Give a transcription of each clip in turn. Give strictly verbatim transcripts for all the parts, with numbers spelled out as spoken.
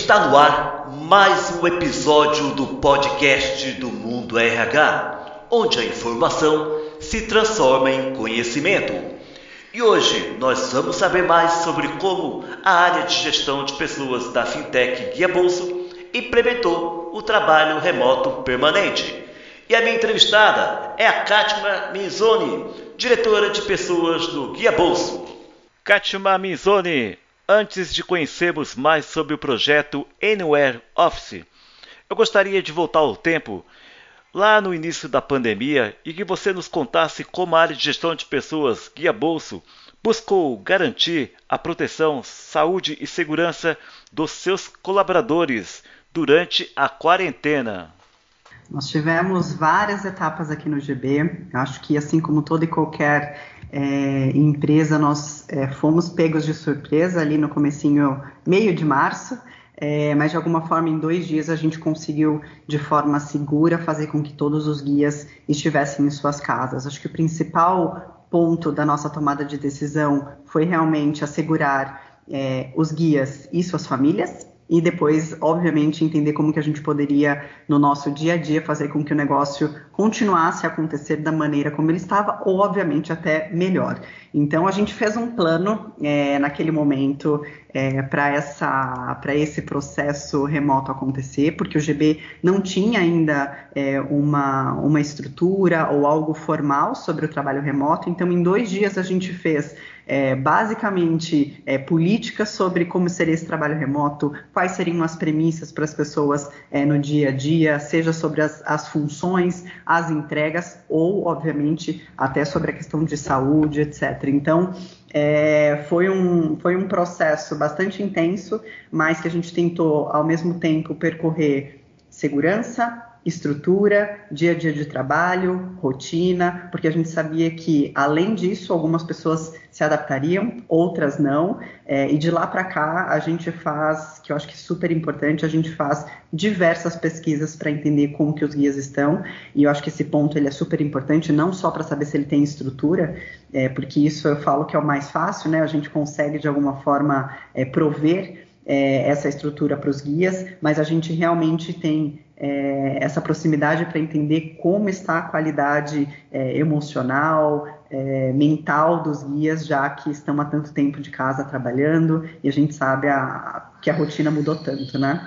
Está no ar mais um episódio do podcast do Mundo R H, onde a informação se transforma em conhecimento. E hoje nós vamos saber mais sobre como a área de gestão de pessoas da Fintech Guia Bolso implementou o trabalho remoto permanente. E a minha entrevistada é a Kátima Minzoni, diretora de pessoas do Guia Bolso. Kátima Minzoni, antes de conhecermos mais sobre o projeto Anywhere Office, eu gostaria de voltar ao tempo, lá no início da pandemia, e que você nos contasse como a área de gestão de pessoas Guia Bolso buscou garantir a proteção, saúde e segurança dos seus colaboradores durante a quarentena. Nós tivemos várias etapas aqui no G B. Acho que, assim como toda e qualquer é, empresa, nós é, fomos pegos de surpresa ali no comecinho, meio de março, é, mas de alguma forma em dois dias a gente conseguiu de forma segura fazer com que todos os guias estivessem em suas casas. Acho que o principal ponto da nossa tomada de decisão foi realmente assegurar é, os guias e suas famílias, e depois, obviamente, entender como que a gente poderia, no nosso dia a dia, fazer com que o negócio continuasse a acontecer da maneira como ele estava, ou, obviamente, até melhor. Então, a gente fez um plano, é, naquele momento, é, para essa, para esse processo remoto acontecer, porque o G B não tinha ainda é, uma, uma estrutura ou algo formal sobre o trabalho remoto. Então, em dois dias, a gente fez É, basicamente é, políticas sobre como seria esse trabalho remoto, quais seriam as premissas para as pessoas é, no dia a dia, seja sobre as, as funções, as entregas ou, obviamente, até sobre a questão de saúde, etcétera. Então, é, foi, um, foi um processo bastante intenso, mas que a gente tentou, ao mesmo tempo, percorrer segurança, estrutura, dia a dia de trabalho, rotina, porque a gente sabia que, além disso, algumas pessoas se adaptariam, outras não, é, e de lá para cá a gente faz, que eu acho que é super importante, a gente faz diversas pesquisas para entender como que os guias estão, e eu acho que esse ponto ele é super importante, não só para saber se ele tem estrutura, é, porque isso eu falo que é o mais fácil, né? A gente consegue de alguma forma é, prover é, essa estrutura para os guias, mas a gente realmente tem É, essa proximidade para entender como está a qualidade é, emocional, é, mental dos guias, já que estão há tanto tempo de casa trabalhando e a gente sabe a, que a rotina mudou tanto, né?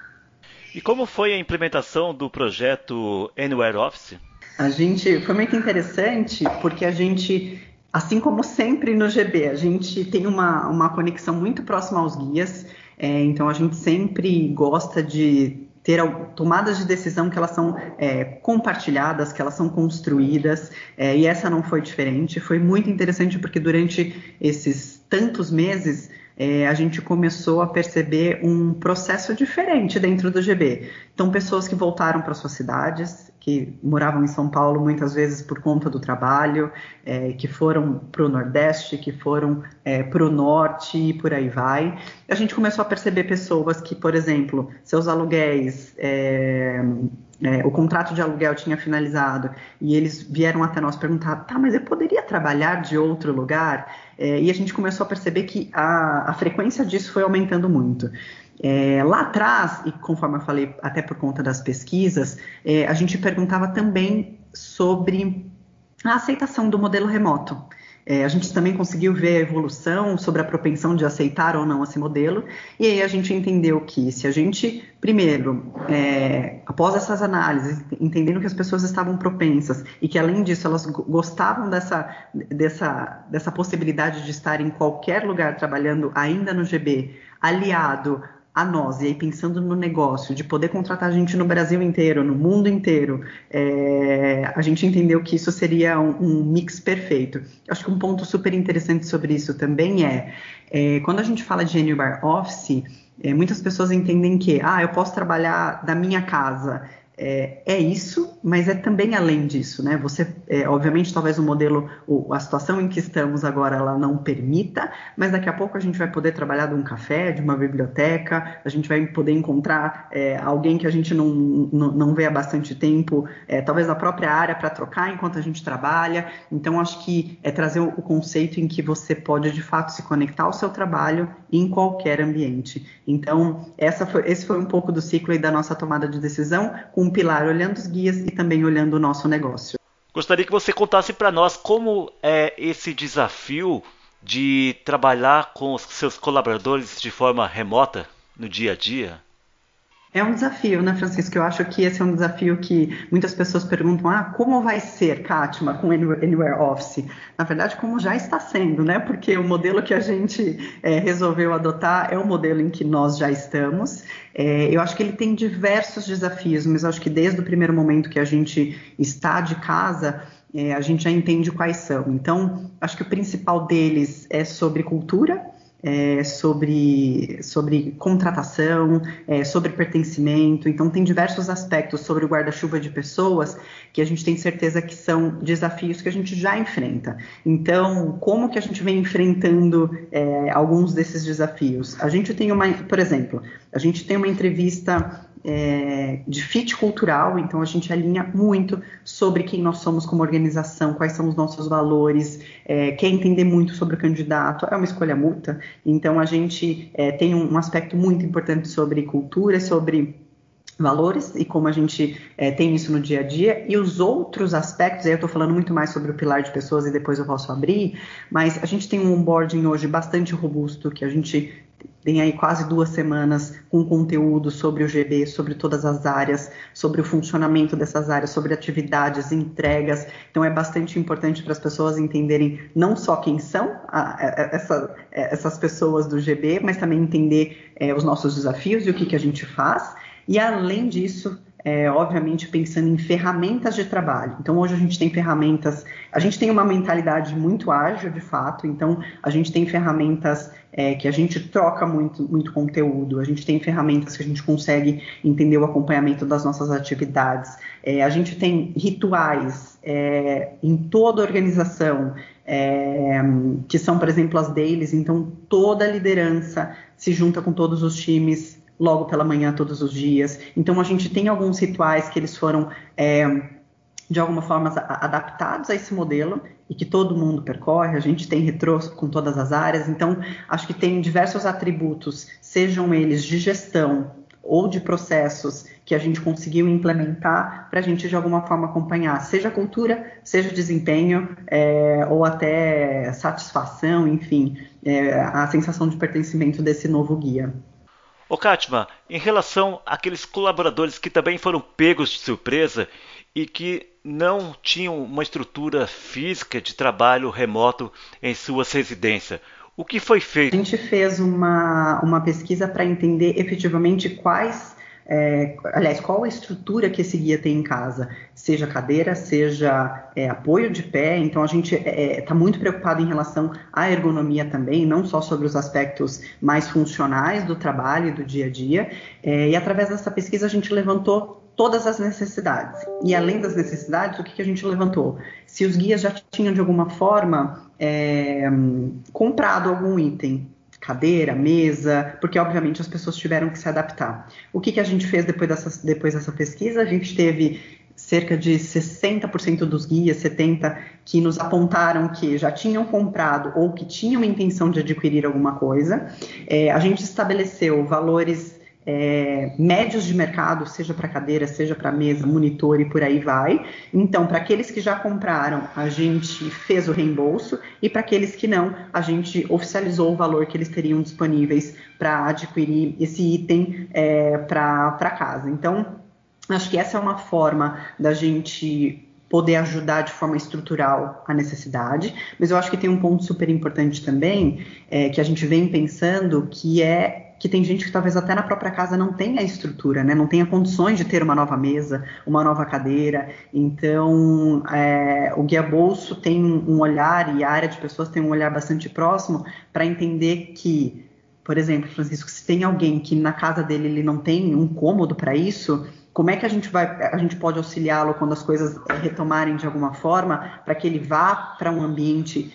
E como foi a implementação do projeto Anywhere Office? A gente, foi muito interessante porque a gente, assim como sempre no G B, a gente tem uma, uma conexão muito próxima aos guias, é, então a gente sempre gosta de ter tomadas de decisão que elas são é, compartilhadas, que elas são construídas, é, e essa não foi diferente. Foi muito interessante porque durante esses tantos meses é, a gente começou a perceber um processo diferente dentro do G B. Então, pessoas que voltaram para suas cidades, que moravam em São Paulo muitas vezes por conta do trabalho, é, que foram para o Nordeste, que foram é, para o Norte e por aí vai. A gente começou a perceber pessoas que, por exemplo, seus aluguéis, é, é, o contrato de aluguel tinha finalizado e eles vieram até nós perguntar, tá, mas eu poderia trabalhar de outro lugar? É, e a gente começou a perceber que a, a frequência disso foi aumentando muito. É, lá atrás, e conforme eu falei, até por conta das pesquisas, é, a gente perguntava também sobre a aceitação do modelo remoto. É, a gente também conseguiu ver a evolução sobre a propensão de aceitar ou não esse modelo, e aí a gente entendeu que se a gente, primeiro, é, após essas análises, entendendo que as pessoas estavam propensas e que, além disso, elas gostavam dessa, dessa, dessa possibilidade de estar em qualquer lugar trabalhando ainda no G B, aliado a nós, e aí pensando no negócio, de poder contratar gente no Brasil inteiro, no mundo inteiro, é, a gente entendeu que isso seria um, um mix perfeito. Acho que um ponto super interessante sobre isso também é, é quando a gente fala de Anywhere Office, é, muitas pessoas entendem que, ah, eu posso trabalhar da minha casa, é, é isso, mas é também além disso, né? Você, é, obviamente, talvez o modelo, a situação em que estamos agora, ela não permita, mas daqui a pouco a gente vai poder trabalhar de um café, de uma biblioteca, a gente vai poder encontrar é, alguém que a gente não, não, não vê há bastante tempo, é, talvez na própria área para trocar enquanto a gente trabalha. Então, acho que é trazer o, o conceito em que você pode, de fato, se conectar ao seu trabalho em qualquer ambiente. Então, essa foi, esse foi um pouco do ciclo aí da nossa tomada de decisão, com um pilar olhando os guias e também olhando o nosso negócio. Gostaria que você contasse para nós como é esse desafio de trabalhar com os seus colaboradores de forma remota no dia a dia. É um desafio, né, Francisco? Eu acho que esse é um desafio que muitas pessoas perguntam, ah, como vai ser, Kátima, com Anywhere Office? Na verdade, como já está sendo, né? Porque o modelo que a gente é, resolveu adotar é o modelo em que nós já estamos. É, eu acho que ele tem diversos desafios, mas eu acho que desde o primeiro momento que a gente está de casa, é, a gente já entende quais são. Então, acho que o principal deles é sobre cultura, É, sobre, sobre contratação, é, sobre pertencimento. Então, tem diversos aspectos sobre o guarda-chuva de pessoas que a gente tem certeza que são desafios que a gente já enfrenta. Então, como que a gente vem enfrentando é, alguns desses desafios? A gente tem uma, por exemplo, a gente tem uma entrevista É, de fit cultural, então a gente alinha muito sobre quem nós somos como organização, quais são os nossos valores, é, quer entender muito sobre o candidato, é uma escolha mútua, então a gente é, tem um, um aspecto muito importante sobre cultura, sobre valores e como a gente é, tem isso no dia a dia, e os outros aspectos, aí eu estou falando muito mais sobre o pilar de pessoas e depois eu posso abrir, mas a gente tem um onboarding hoje bastante robusto, que a gente tem aí quase duas semanas com conteúdo sobre o G B, sobre todas as áreas, sobre o funcionamento dessas áreas, sobre atividades, entregas. Então é bastante importante para as pessoas entenderem não só quem são a, a, essa, essas pessoas do G B, mas também entender é, os nossos desafios e o que, que a gente faz. E além disso, é, obviamente pensando em ferramentas de trabalho. Então hoje a gente tem ferramentas, a gente tem uma mentalidade muito ágil de fato, então a gente tem ferramentas é, que a gente troca muito, muito conteúdo, a gente tem ferramentas que a gente consegue entender o acompanhamento das nossas atividades, é, a gente tem rituais é, em toda a organização, é, que são, por exemplo, as dailies, então toda a liderança se junta com todos os times logo pela manhã, todos os dias. Então, a gente tem alguns rituais que eles foram, é, de alguma forma, a, adaptados a esse modelo e que todo mundo percorre. A gente tem retrô com todas as áreas. Então, acho que tem diversos atributos, sejam eles de gestão ou de processos, que a gente conseguiu implementar para a gente, de alguma forma, acompanhar, seja cultura, seja desempenho, é, ou até satisfação, enfim, é, a sensação de pertencimento desse novo guia. Ô Kátima, em relação àqueles colaboradores que também foram pegos de surpresa e que não tinham uma estrutura física de trabalho remoto em suas residências, o que foi feito? A gente fez uma, uma pesquisa para entender efetivamente quais, é, aliás, qual a estrutura que esse guia tem em casa, seja cadeira, seja é, apoio de pé. Então a gente está é, muito preocupado em relação à ergonomia também, não só sobre os aspectos mais funcionais do trabalho e do dia a dia, é, e através dessa pesquisa a gente levantou todas as necessidades. E além das necessidades, o que, que a gente levantou? Se os guias já tinham de alguma forma é, comprado algum item, cadeira, mesa, porque obviamente as pessoas tiveram que se adaptar. O que, que a gente fez depois dessa, depois dessa pesquisa? A gente teve cerca de sessenta por cento dos guias, setenta por cento, que nos apontaram que já tinham comprado ou que tinham a intenção de adquirir alguma coisa. É, a gente estabeleceu valores É, médios de mercado, seja para cadeira, seja para mesa, monitor e por aí vai. Então, para aqueles que já compraram, a gente fez o reembolso, e para aqueles que não, a gente oficializou o valor que eles teriam disponíveis para adquirir esse item é, para casa. Então, acho que essa é uma forma da gente poder ajudar de forma estrutural a necessidade, mas eu acho que tem um ponto super importante também, é, que a gente vem pensando, que é que tem gente que talvez até na própria casa não tenha a estrutura, né? Não tenha condições de ter uma nova mesa, uma nova cadeira. Então, é, o Guia Bolso tem um olhar, e a área de pessoas tem um olhar bastante próximo para entender que, por exemplo, Francisco, se tem alguém que na casa dele ele não tem um cômodo para isso, como é que a gente vai, a gente pode auxiliá-lo quando as coisas retomarem de alguma forma, para que ele vá para um ambiente,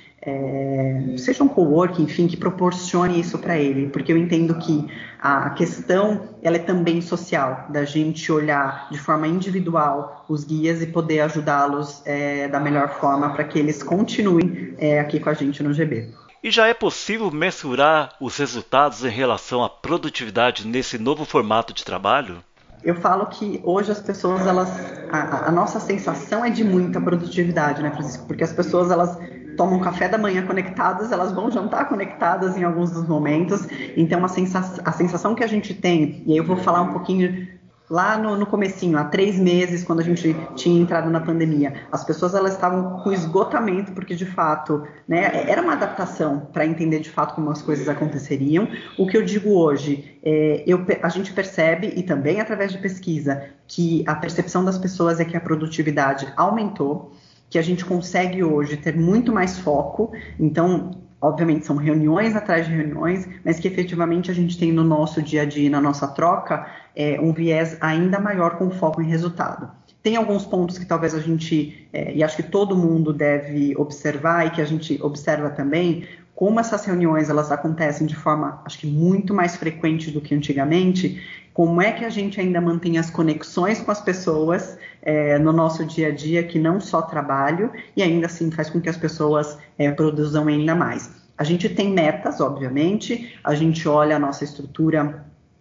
é, seja um coworking, enfim, que proporcione isso para ele, porque eu entendo que a questão ela é também social, da gente olhar de forma individual os guias e poder ajudá-los é, da melhor forma para que eles continuem é, aqui com a gente no G B. E já é possível mensurar os resultados em relação à produtividade nesse novo formato de trabalho? Eu falo que hoje as pessoas, elas, a, a nossa sensação é de muita produtividade, né, Francisco? Porque as pessoas, elas tomam café da manhã conectadas, elas vão jantar conectadas em alguns dos momentos. Então, a sensação, a sensação que a gente tem, e aí eu vou falar um pouquinho lá no, no comecinho, há três meses, quando a gente tinha entrado na pandemia, as pessoas elas estavam com esgotamento, porque de fato, né, era uma adaptação para entender de fato como as coisas aconteceriam. O que eu digo hoje, é, eu, a gente percebe, e também através de pesquisa, que a percepção das pessoas é que a produtividade aumentou, que a gente consegue hoje ter muito mais foco. Então, obviamente são reuniões atrás de reuniões, mas que efetivamente a gente tem no nosso dia a dia, na nossa troca, é, um viés ainda maior com foco em resultado. Tem alguns pontos que talvez a gente, é, e acho que todo mundo deve observar e que a gente observa também, como essas reuniões elas acontecem de forma, acho que muito mais frequente do que antigamente, como é que a gente ainda mantém as conexões com as pessoas é, no nosso dia a dia, que não só trabalho, e ainda assim faz com que as pessoas é, produzam ainda mais. A gente tem metas, obviamente, a gente olha a nossa estrutura,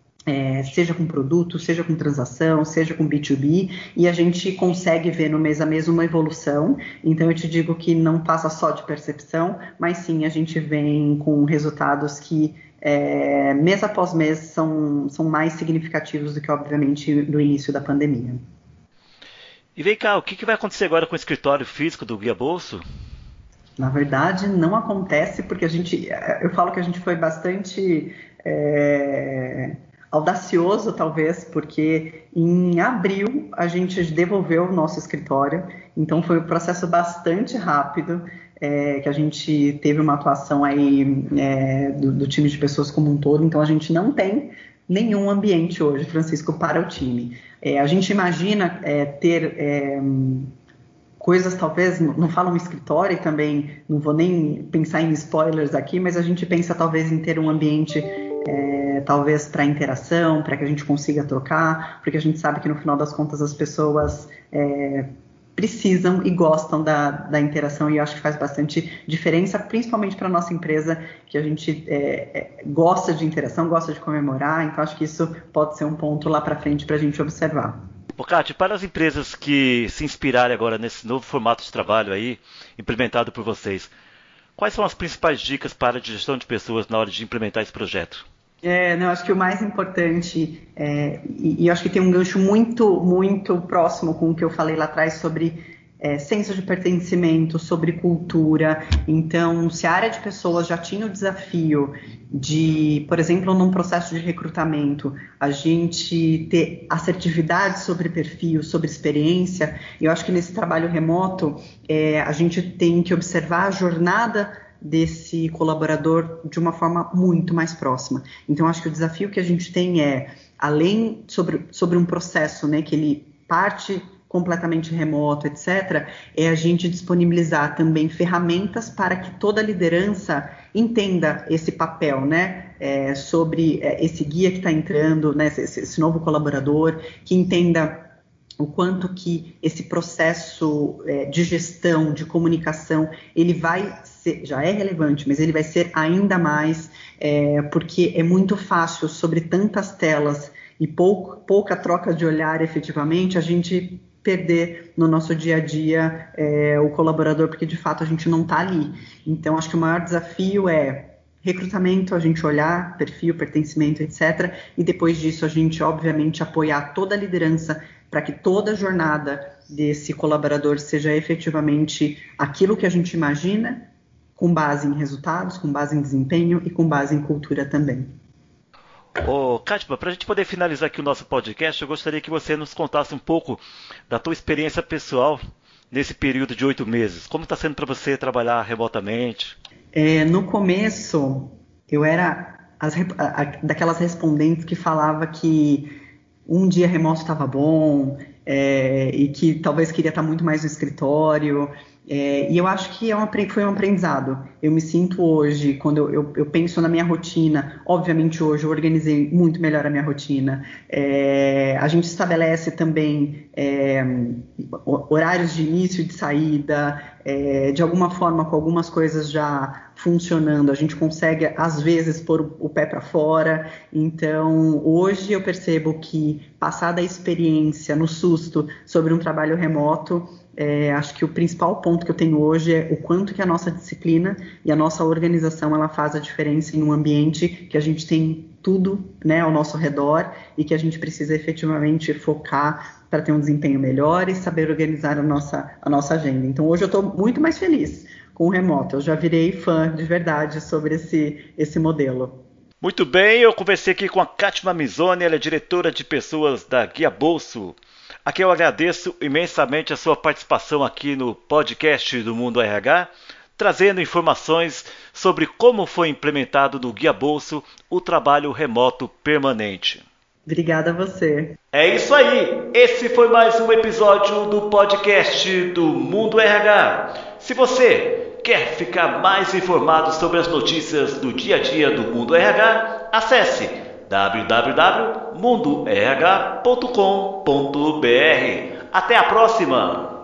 é, seja com produto, seja com transação, seja com B dois B, e a gente consegue ver no mês a mês uma evolução. Então eu te digo que não passa só de percepção, mas sim a gente vem com resultados que é, mês após mês são, são mais significativos do que obviamente no início da pandemia. E vem cá, o que vai acontecer agora com o escritório físico do Guia Bolso? Na verdade, não acontece, porque a gente, eu falo que a gente foi bastante é, audacioso, talvez, porque em abril a gente devolveu o nosso escritório, então foi um processo bastante rápido, é, que a gente teve uma atuação aí é, do, do time de pessoas como um todo, então a gente não tem nenhum ambiente hoje, Francisco, para o time. É, a gente imagina é, ter... É, coisas talvez, não falo um escritório e também não vou nem pensar em spoilers aqui, mas a gente pensa talvez em ter um ambiente é, talvez para interação, para que a gente consiga trocar, porque a gente sabe que no final das contas as pessoas é, precisam e gostam da, da interação, e eu acho que faz bastante diferença, principalmente para a nossa empresa, que a gente é, é, gosta de interação, gosta de comemorar, então acho que isso pode ser um ponto lá para frente para a gente observar. Ô, Kátia, para as empresas que se inspirarem agora nesse novo formato de trabalho aí, implementado por vocês, quais são as principais dicas para a gestão de pessoas na hora de implementar esse projeto? É, não, acho que o mais importante, é, e, e acho que tem um gancho muito, muito próximo com o que eu falei lá atrás sobre é, senso de pertencimento, sobre cultura. Então, se a área de pessoas já tinha o desafio de, por exemplo, num processo de recrutamento, a gente ter assertividade sobre perfil, sobre experiência, eu acho que nesse trabalho remoto, é, a gente tem que observar a jornada desse colaborador de uma forma muito mais próxima. Então, acho que o desafio que a gente tem é, além sobre, sobre um processo, né, que ele parte completamente remoto, etcétera, é a gente disponibilizar também ferramentas para que toda a liderança entenda esse papel, né, é, sobre é, esse guia que está entrando, né, esse, esse novo colaborador, que entenda o quanto que esse processo é, de gestão, de comunicação, ele vai ser, já é relevante, mas ele vai ser ainda mais, é, porque é muito fácil, sobre tantas telas e pouco, pouca troca de olhar efetivamente, a gente perder no nosso dia a dia é, o colaborador, porque de fato a gente não está ali. Então, acho que o maior desafio é recrutamento, a gente olhar perfil, pertencimento, etcétera. E depois disso a gente, obviamente, apoiar toda a liderança para que toda a jornada desse colaborador seja efetivamente aquilo que a gente imagina, com base em resultados, com base em desempenho e com base em cultura também. Ô, Kátia, para a gente poder finalizar aqui o nosso podcast, eu gostaria que você nos contasse um pouco da tua experiência pessoal nesse período de oito meses. Como está sendo para você trabalhar remotamente? É, no começo, eu era as, a, a, daquelas respondentes que falava que um dia remoto estava bom, é, e que talvez queria estar muito mais no escritório. É, e eu acho que é um, foi um aprendizado. Eu me sinto hoje, quando eu, eu, eu penso na minha rotina, obviamente hoje eu organizei muito melhor a minha rotina. É, a gente estabelece também é, horários de início e de saída, é, de alguma forma, com algumas coisas já funcionando, a gente consegue, às vezes, pôr o, o pé para fora. Então, hoje eu percebo que, passada a experiência no susto sobre um trabalho remoto, É, acho que o principal ponto que eu tenho hoje é o quanto que a nossa disciplina e a nossa organização ela faz a diferença em um ambiente que a gente tem tudo, né, ao nosso redor e que a gente precisa efetivamente focar para ter um desempenho melhor e saber organizar a nossa, a nossa agenda. Então hoje eu estou muito mais feliz com o remoto, eu já virei fã de verdade sobre esse, esse modelo. Muito bem, eu conversei aqui com a Kátia Mizoni, ela é diretora de pessoas da Guia Bolso. Aqui eu agradeço imensamente a sua participação aqui no podcast do Mundo R H, trazendo informações sobre como foi implementado no Guia Bolso o trabalho remoto permanente. Obrigada a você. É isso aí, esse foi mais um episódio do podcast do Mundo R H. Se você quer ficar mais informado sobre as notícias do dia a dia do Mundo R H, acesse w w w ponto mundo r h ponto com ponto b r. Até a próxima!